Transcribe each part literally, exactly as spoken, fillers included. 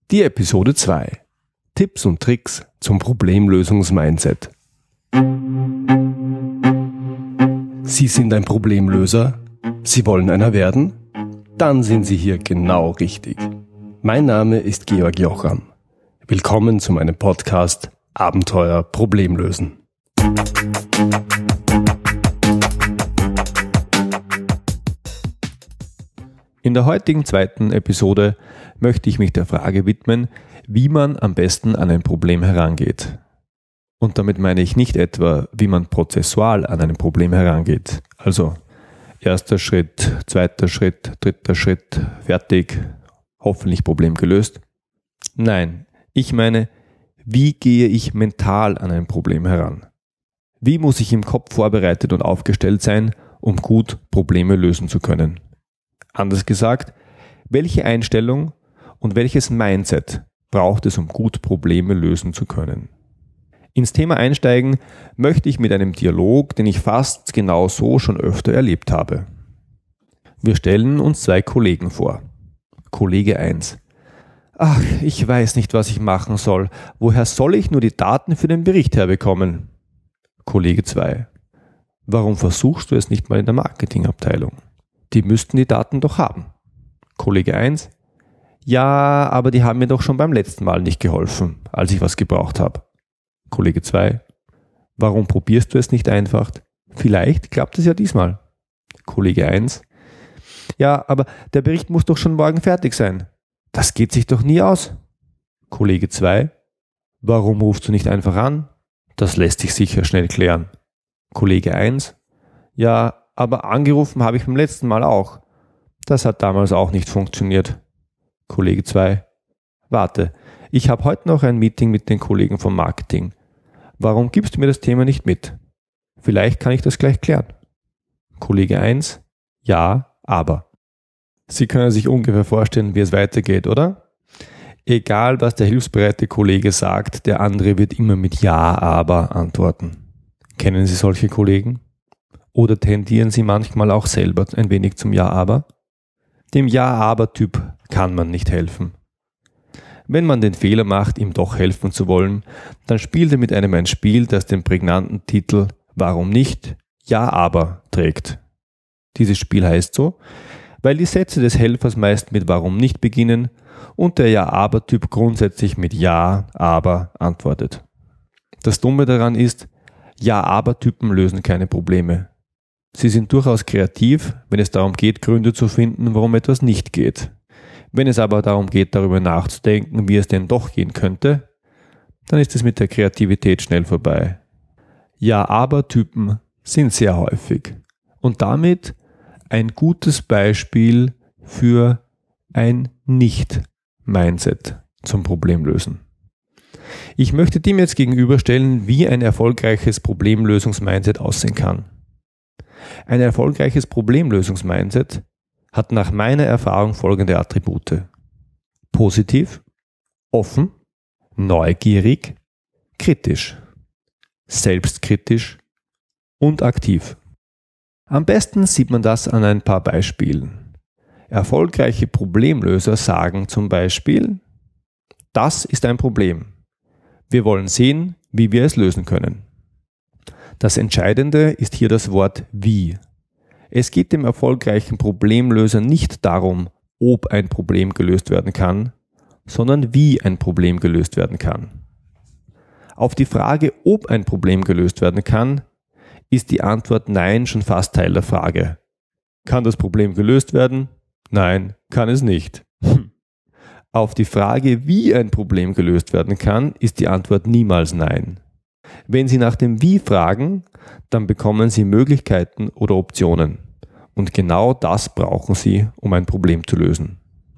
Die Episode zwei. Tipps und Tricks zum Problemlösungs-Mindset. Sie sind ein Problemlöser? Sie wollen einer werden? Dann sind Sie hier genau richtig. Mein Name ist Georg Jocham. Willkommen zu meinem Podcast Abenteuer Problemlösen. In der heutigen zweiten Episode möchte ich mich der Frage widmen, wie man am besten an ein Problem herangeht. Und damit meine ich nicht etwa, wie man prozessual an ein Problem herangeht. Also erster Schritt, zweiter Schritt, dritter Schritt, fertig, hoffentlich Problem gelöst. Nein, ich meine, wie gehe ich mental an ein Problem heran? Wie muss ich im Kopf vorbereitet und aufgestellt sein, um gut Probleme lösen zu können? Anders gesagt, welche Einstellung und welches Mindset braucht es, um gut Probleme lösen zu können? Ins Thema einsteigen möchte ich mit einem Dialog, den ich fast genau so schon öfter erlebt habe. Wir stellen uns zwei Kollegen vor. Kollege eins. Ach, ich weiß nicht, was ich machen soll. Woher soll ich nur die Daten für den Bericht herbekommen? Kollege zwei. Warum versuchst du es nicht mal in der Marketingabteilung? Die müssten die Daten doch haben. Kollege eins. Ja, aber die haben mir doch schon beim letzten Mal nicht geholfen, als ich was gebraucht habe. Kollege zwei. Warum probierst du es nicht einfach? Vielleicht klappt es ja diesmal. Kollege eins. Ja, aber der Bericht muss doch schon morgen fertig sein. Das geht sich doch nie aus. Kollege zwei. Warum rufst du nicht einfach an? Das lässt sich sicher schnell klären. Kollege eins. Ja, aber angerufen habe ich beim letzten Mal auch. Das hat damals auch nicht funktioniert. Kollege zwei. Warte, ich habe heute noch ein Meeting mit den Kollegen vom Marketing. Warum gibst du mir das Thema nicht mit? Vielleicht kann ich das gleich klären. Kollege eins. Ja, aber. Sie können sich ungefähr vorstellen, wie es weitergeht, oder? Egal, was der hilfsbereite Kollege sagt, der andere wird immer mit Ja, aber antworten. Kennen Sie solche Kollegen? Oder tendieren Sie manchmal auch selber ein wenig zum Ja, aber? Dem Ja-aber-Typ kann man nicht helfen. Wenn man den Fehler macht, ihm doch helfen zu wollen, dann spielt er mit einem ein Spiel, das den prägnanten Titel Warum nicht? Ja, aber trägt. Dieses Spiel heißt so, weil die Sätze des Helfers meist mit Warum nicht beginnen und der Ja-aber-Typ grundsätzlich mit Ja, aber antwortet. Das Dumme daran ist, Ja-aber-Typen lösen keine Probleme. Sie sind durchaus kreativ, wenn es darum geht, Gründe zu finden, warum etwas nicht geht. Wenn es aber darum geht, darüber nachzudenken, wie es denn doch gehen könnte, dann ist es mit der Kreativität schnell vorbei. Ja-aber-Typen sind sehr häufig und damit ein gutes Beispiel für ein Nicht-Mindset zum Problemlösen. Ich möchte dem jetzt gegenüberstellen, wie ein erfolgreiches Problemlösungs-Mindset aussehen kann. Ein erfolgreiches Problemlösungs-Mindset hat nach meiner Erfahrung folgende Attribute. Positiv, offen, neugierig, kritisch, selbstkritisch und aktiv. Am besten sieht man das an ein paar Beispielen. Erfolgreiche Problemlöser sagen zum Beispiel, das ist ein Problem. Wir wollen sehen, wie wir es lösen können. Das Entscheidende ist hier das Wort wie. Es geht dem erfolgreichen Problemlöser nicht darum, ob ein Problem gelöst werden kann, sondern wie ein Problem gelöst werden kann. Auf die Frage, ob ein Problem gelöst werden kann, ist die Antwort Nein schon fast Teil der Frage. Kann das Problem gelöst werden? Nein, kann es nicht. Auf die Frage, wie ein Problem gelöst werden kann, ist die Antwort niemals Nein. Wenn Sie nach dem Wie fragen, dann bekommen Sie Möglichkeiten oder Optionen. Und genau das brauchen Sie, um ein Problem zu lösen.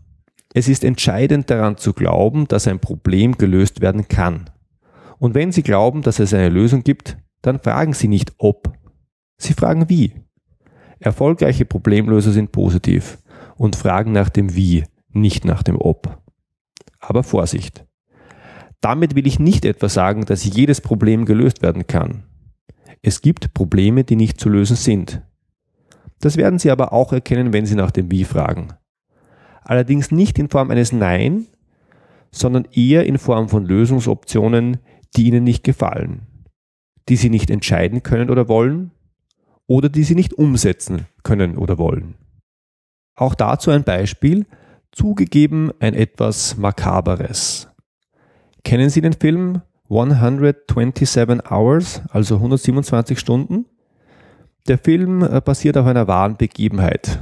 Es ist entscheidend daran zu glauben, dass ein Problem gelöst werden kann. Und wenn Sie glauben, dass es eine Lösung gibt, dann fragen Sie nicht ob. Sie fragen wie. Erfolgreiche Problemlöser sind positiv und fragen nach dem Wie, nicht nach dem Ob. Aber Vorsicht! Damit will ich nicht etwa sagen, dass jedes Problem gelöst werden kann. Es gibt Probleme, die nicht zu lösen sind. Das werden Sie aber auch erkennen, wenn Sie nach dem Wie fragen. Allerdings nicht in Form eines Nein, sondern eher in Form von Lösungsoptionen, die ihnen nicht gefallen, die sie nicht entscheiden können oder wollen oder die sie nicht umsetzen können oder wollen. Auch dazu ein Beispiel, zugegeben ein etwas makaberes. Kennen Sie den Film hundertsiebenundzwanzig Hours, also hundertsiebenundzwanzig Stunden? Der Film basiert auf einer wahren Begebenheit.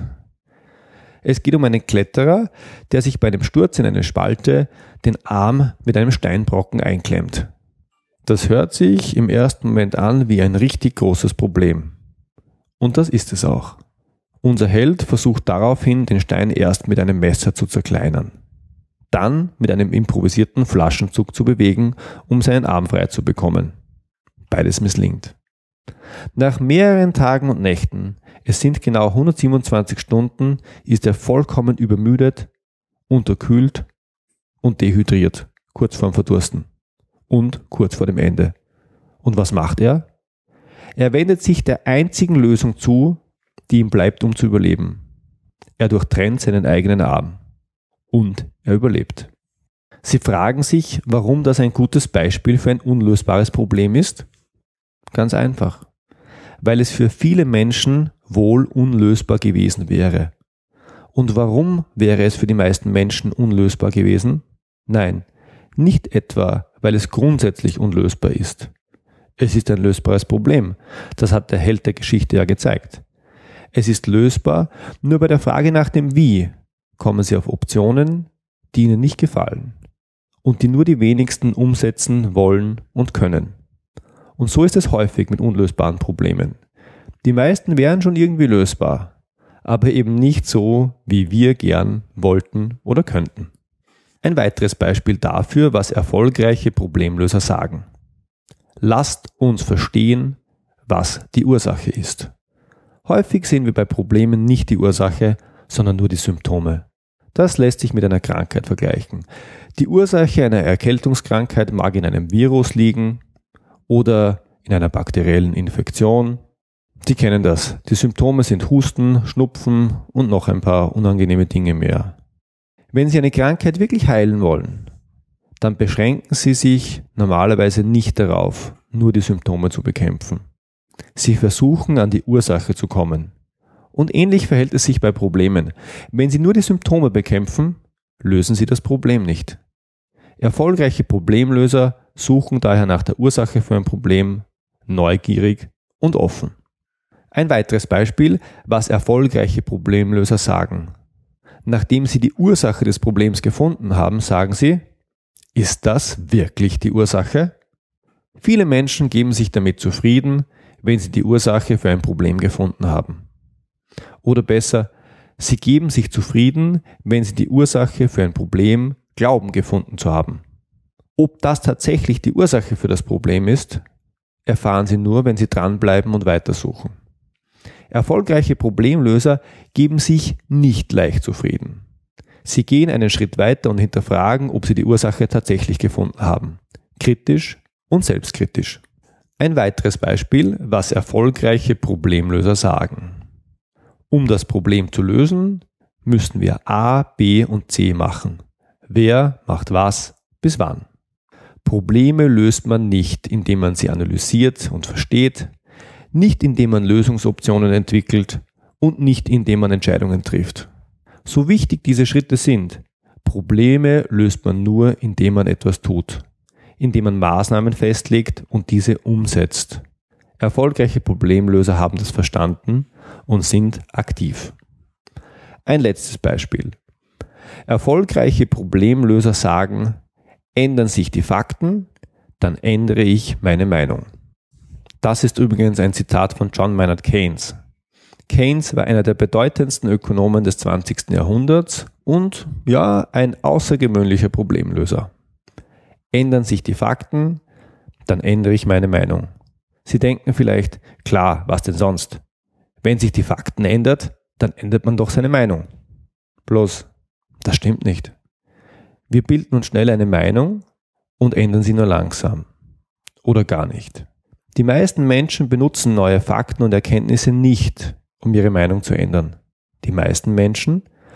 Es geht um einen Kletterer, der sich bei einem Sturz in eine Spalte den Arm mit einem Steinbrocken einklemmt. Das hört sich im ersten Moment an wie ein richtig großes Problem. Und das ist es auch. Unser Held versucht daraufhin, den Stein erst mit einem Messer zu zerkleinern, dann mit einem improvisierten Flaschenzug zu bewegen, um seinen Arm frei zu bekommen. Beides misslingt. Nach mehreren Tagen und Nächten, es sind genau hundertsiebenundzwanzig Stunden, ist er vollkommen übermüdet, unterkühlt und dehydriert, kurz vorm Verdursten und kurz vor dem Ende. Und was macht er? Er wendet sich der einzigen Lösung zu, die ihm bleibt, um zu überleben. Er durchtrennt seinen eigenen Arm. Und er überlebt. Sie fragen sich, warum das ein gutes Beispiel für ein unlösbares Problem ist? Ganz einfach. Weil es für viele Menschen wohl unlösbar gewesen wäre. Und warum wäre es für die meisten Menschen unlösbar gewesen? Nein, nicht etwa, weil es grundsätzlich unlösbar ist. Es ist ein lösbares Problem. Das hat der Held der Geschichte ja gezeigt. Es ist lösbar, nur bei der Frage nach dem Wie kommen Sie auf Optionen, die Ihnen nicht gefallen und die nur die wenigsten umsetzen wollen und können. Und so ist es häufig mit unlösbaren Problemen. Die meisten wären schon irgendwie lösbar, aber eben nicht so, wie wir gern wollten oder könnten. Ein weiteres Beispiel dafür, was erfolgreiche Problemlöser sagen. Lasst uns verstehen, was die Ursache ist. Häufig sehen wir bei Problemen nicht die Ursache, sondern nur die Symptome. Das lässt sich mit einer Krankheit vergleichen. Die Ursache einer Erkältungskrankheit mag in einem Virus liegen oder in einer bakteriellen Infektion. Sie kennen das. Die Symptome sind Husten, Schnupfen und noch ein paar unangenehme Dinge mehr. Wenn Sie eine Krankheit wirklich heilen wollen, dann beschränken Sie sich normalerweise nicht darauf, nur die Symptome zu bekämpfen. Sie versuchen, an die Ursache zu kommen. Und ähnlich verhält es sich bei Problemen. Wenn Sie nur die Symptome bekämpfen, lösen Sie das Problem nicht. Erfolgreiche Problemlöser suchen daher nach der Ursache für ein Problem, neugierig und offen. Ein weiteres Beispiel, was erfolgreiche Problemlöser sagen. Nachdem sie die Ursache des Problems gefunden haben, sagen sie, ist das wirklich die Ursache? Viele Menschen geben sich damit zufrieden, wenn sie die Ursache für ein Problem gefunden haben. Oder besser, sie geben sich zufrieden, wenn sie die Ursache für ein Problem glauben gefunden zu haben. Ob das tatsächlich die Ursache für das Problem ist, erfahren sie nur, wenn sie dranbleiben und weitersuchen. Erfolgreiche Problemlöser geben sich nicht leicht zufrieden. Sie gehen einen Schritt weiter und hinterfragen, ob sie die Ursache tatsächlich gefunden haben. Kritisch und selbstkritisch. Ein weiteres Beispiel, was erfolgreiche Problemlöser sagen. Um das Problem zu lösen, müssen wir A, B und C machen. Wer macht was bis wann? Probleme löst man nicht, indem man sie analysiert und versteht, nicht indem man Lösungsoptionen entwickelt und nicht indem man Entscheidungen trifft. So wichtig diese Schritte sind, Probleme löst man nur, indem man etwas tut, indem man Maßnahmen festlegt und diese umsetzt. Erfolgreiche Problemlöser haben das verstanden und sind aktiv. Ein letztes Beispiel. Erfolgreiche Problemlöser sagen, ändern sich die Fakten, dann ändere ich meine Meinung. Das ist übrigens ein Zitat von John Maynard Keynes. Keynes war einer der bedeutendsten Ökonomen des zwanzigsten Jahrhunderts und, ja, ein außergewöhnlicher Problemlöser. Ändern sich die Fakten, dann ändere ich meine Meinung. Sie denken vielleicht, klar, was denn sonst? Wenn sich die Fakten ändert, dann ändert man doch seine Meinung. Bloß, das stimmt nicht. Wir bilden uns schnell eine Meinung und ändern sie nur langsam. Oder gar nicht. Die meisten Menschen benutzen neue Fakten und Erkenntnisse nicht, um ihre Meinung zu ändern. Die meisten Menschen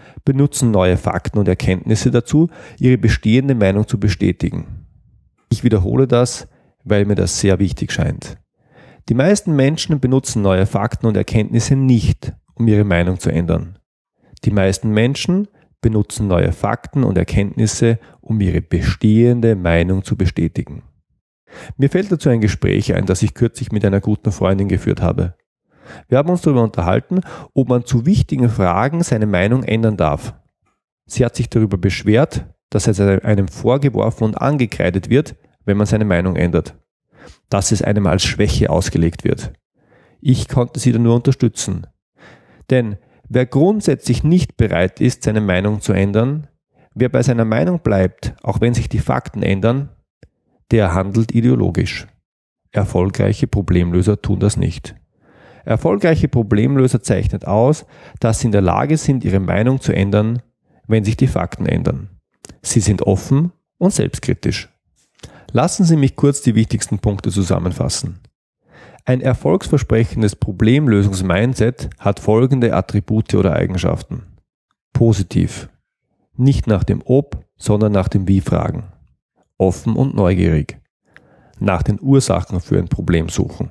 benutzen neue Fakten und Erkenntnisse dazu, ihre bestehende Meinung zu bestätigen. Ich wiederhole das, weil mir das sehr wichtig scheint. Die meisten Menschen benutzen neue Fakten und Erkenntnisse nicht, um ihre Meinung zu ändern. Die meisten Menschen benutzen neue Fakten und Erkenntnisse, um ihre bestehende Meinung zu bestätigen. Mir fällt dazu ein Gespräch ein, das ich kürzlich mit einer guten Freundin geführt habe. Wir haben uns darüber unterhalten, ob man zu wichtigen Fragen seine Meinung ändern darf. Sie hat sich darüber beschwert, dass es einem vorgeworfen und angekreidet wird, wenn man seine Meinung ändert. Dass es einem als Schwäche ausgelegt wird. Ich konnte sie dann nur unterstützen. Denn wer grundsätzlich nicht bereit ist, seine Meinung zu ändern, wer bei seiner Meinung bleibt, auch wenn sich die Fakten ändern, der handelt ideologisch. Erfolgreiche Problemlöser tun das nicht. Erfolgreiche Problemlöser zeichnet aus, dass sie in der Lage sind, ihre Meinung zu ändern, wenn sich die Fakten ändern. Sie sind offen und selbstkritisch. Lassen Sie mich kurz die wichtigsten Punkte zusammenfassen. Ein erfolgsversprechendes Problemlösungs-Mindset hat folgende Attribute oder Eigenschaften. Positiv. Nicht nach dem Ob, sondern nach dem Wie fragen. Offen und neugierig. Nach den Ursachen für ein Problem suchen.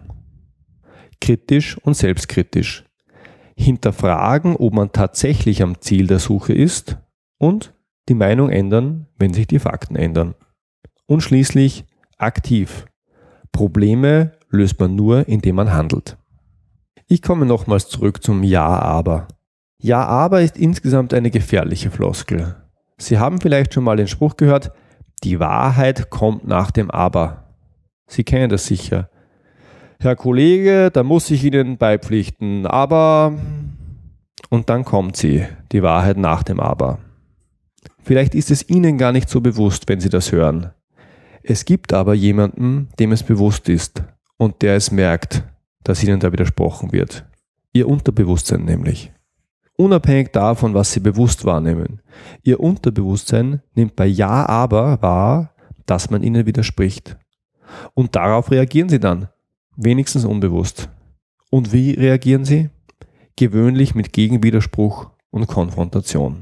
Kritisch und selbstkritisch. Hinterfragen, ob man tatsächlich am Ziel der Suche ist und die Meinung ändern, wenn sich die Fakten ändern. Und schließlich aktiv. Probleme löst man nur, indem man handelt. Ich komme nochmals zurück zum Ja, aber. Ja, aber ist insgesamt eine gefährliche Floskel. Sie haben vielleicht schon mal den Spruch gehört, die Wahrheit kommt nach dem Aber. Sie kennen das sicher. Herr Kollege, da muss ich Ihnen beipflichten, aber... Und dann kommt sie, die Wahrheit nach dem Aber. Vielleicht ist es Ihnen gar nicht so bewusst, wenn Sie das hören. Es gibt aber jemanden, dem es bewusst ist und der es merkt, dass Ihnen da widersprochen wird. Ihr Unterbewusstsein nämlich. Unabhängig davon, was Sie bewusst wahrnehmen. Ihr Unterbewusstsein nimmt bei Ja, aber wahr, dass man Ihnen widerspricht. Und darauf reagieren Sie dann, wenigstens unbewusst. Und wie reagieren Sie? Gewöhnlich mit Gegenwiderspruch und Konfrontation.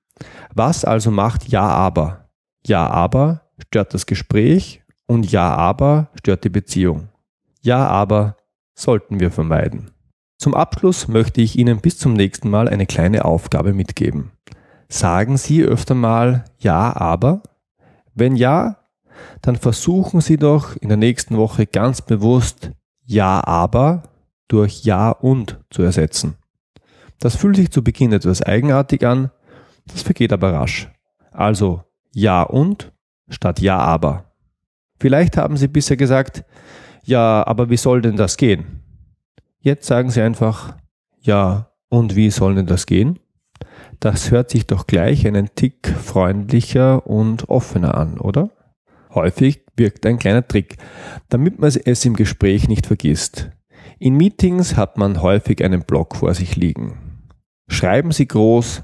Was also macht Ja, aber? Ja, aber stört das Gespräch und Ja, aber stört die Beziehung. Ja, aber sollten wir vermeiden. Zum Abschluss möchte ich Ihnen bis zum nächsten Mal eine kleine Aufgabe mitgeben. Sagen Sie öfter mal Ja, aber? Wenn ja, dann versuchen Sie doch in der nächsten Woche ganz bewusst Ja, aber durch Ja und zu ersetzen. Das fühlt sich zu Beginn etwas eigenartig an, das vergeht aber rasch. Also Ja und statt Ja, aber. Vielleicht haben Sie bisher gesagt, ja, aber wie soll denn das gehen? Jetzt sagen Sie einfach, ja, und wie soll denn das gehen? Das hört sich doch gleich einen Tick freundlicher und offener an, oder? Häufig wirkt ein kleiner Trick, damit man es im Gespräch nicht vergisst. In Meetings hat man häufig einen Block vor sich liegen. Schreiben Sie groß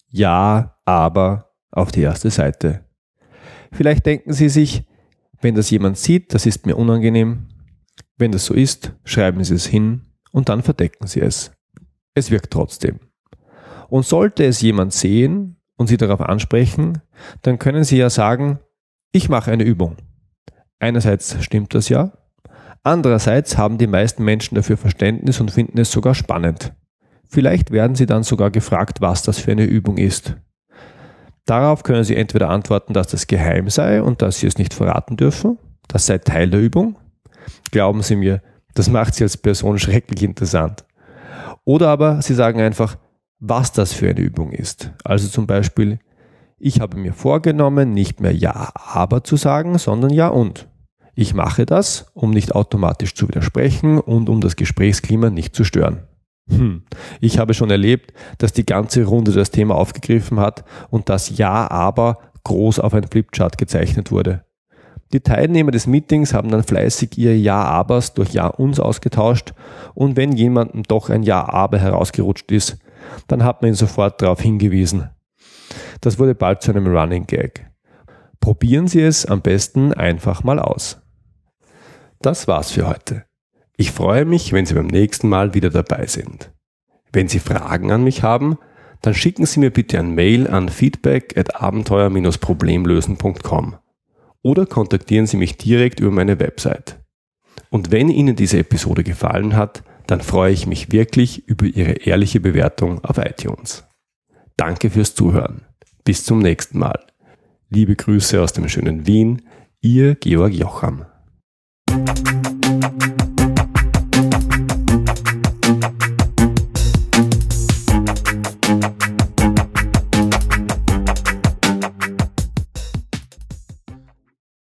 Ja, aber auf die erste Seite. Vielleicht denken Sie sich, wenn das jemand sieht, das ist mir unangenehm. Wenn das so ist, schreiben Sie es hin und dann verdecken Sie es. Es wirkt trotzdem. Und sollte es jemand sehen und Sie darauf ansprechen, dann können Sie ja sagen, ich mache eine Übung. Einerseits stimmt das ja, andererseits haben die meisten Menschen dafür Verständnis und finden es sogar spannend. Vielleicht werden Sie dann sogar gefragt, was das für eine Übung ist. Darauf können Sie entweder antworten, dass das geheim sei und dass Sie es nicht verraten dürfen, das sei Teil der Übung. Glauben Sie mir, das macht Sie als Person schrecklich interessant. Oder aber Sie sagen einfach, was das für eine Übung ist. Also zum Beispiel, ich habe mir vorgenommen, nicht mehr Ja, aber zu sagen, sondern Ja und. Ich mache das, um nicht automatisch zu widersprechen und um das Gesprächsklima nicht zu stören. Hm. Ich habe schon erlebt, dass die ganze Runde das Thema aufgegriffen hat und das Ja, aber groß auf ein Flipchart gezeichnet wurde. Die Teilnehmer des Meetings haben dann fleißig ihr Ja-Abers durch Ja-Uns ausgetauscht und wenn jemandem doch ein Ja-Aber herausgerutscht ist, dann hat man ihn sofort darauf hingewiesen. Das wurde bald zu einem Running Gag. Probieren Sie es am besten einfach mal aus. Das war's für heute. Ich freue mich, wenn Sie beim nächsten Mal wieder dabei sind. Wenn Sie Fragen an mich haben, dann schicken Sie mir bitte ein Mail an feedback at abenteuer Bindestrich problemlösen Punkt com oder kontaktieren Sie mich direkt über meine Website. Und wenn Ihnen diese Episode gefallen hat, dann freue ich mich wirklich über Ihre ehrliche Bewertung auf iTunes. Danke fürs Zuhören. Bis zum nächsten Mal. Liebe Grüße aus dem schönen Wien, Ihr Georg Jocham.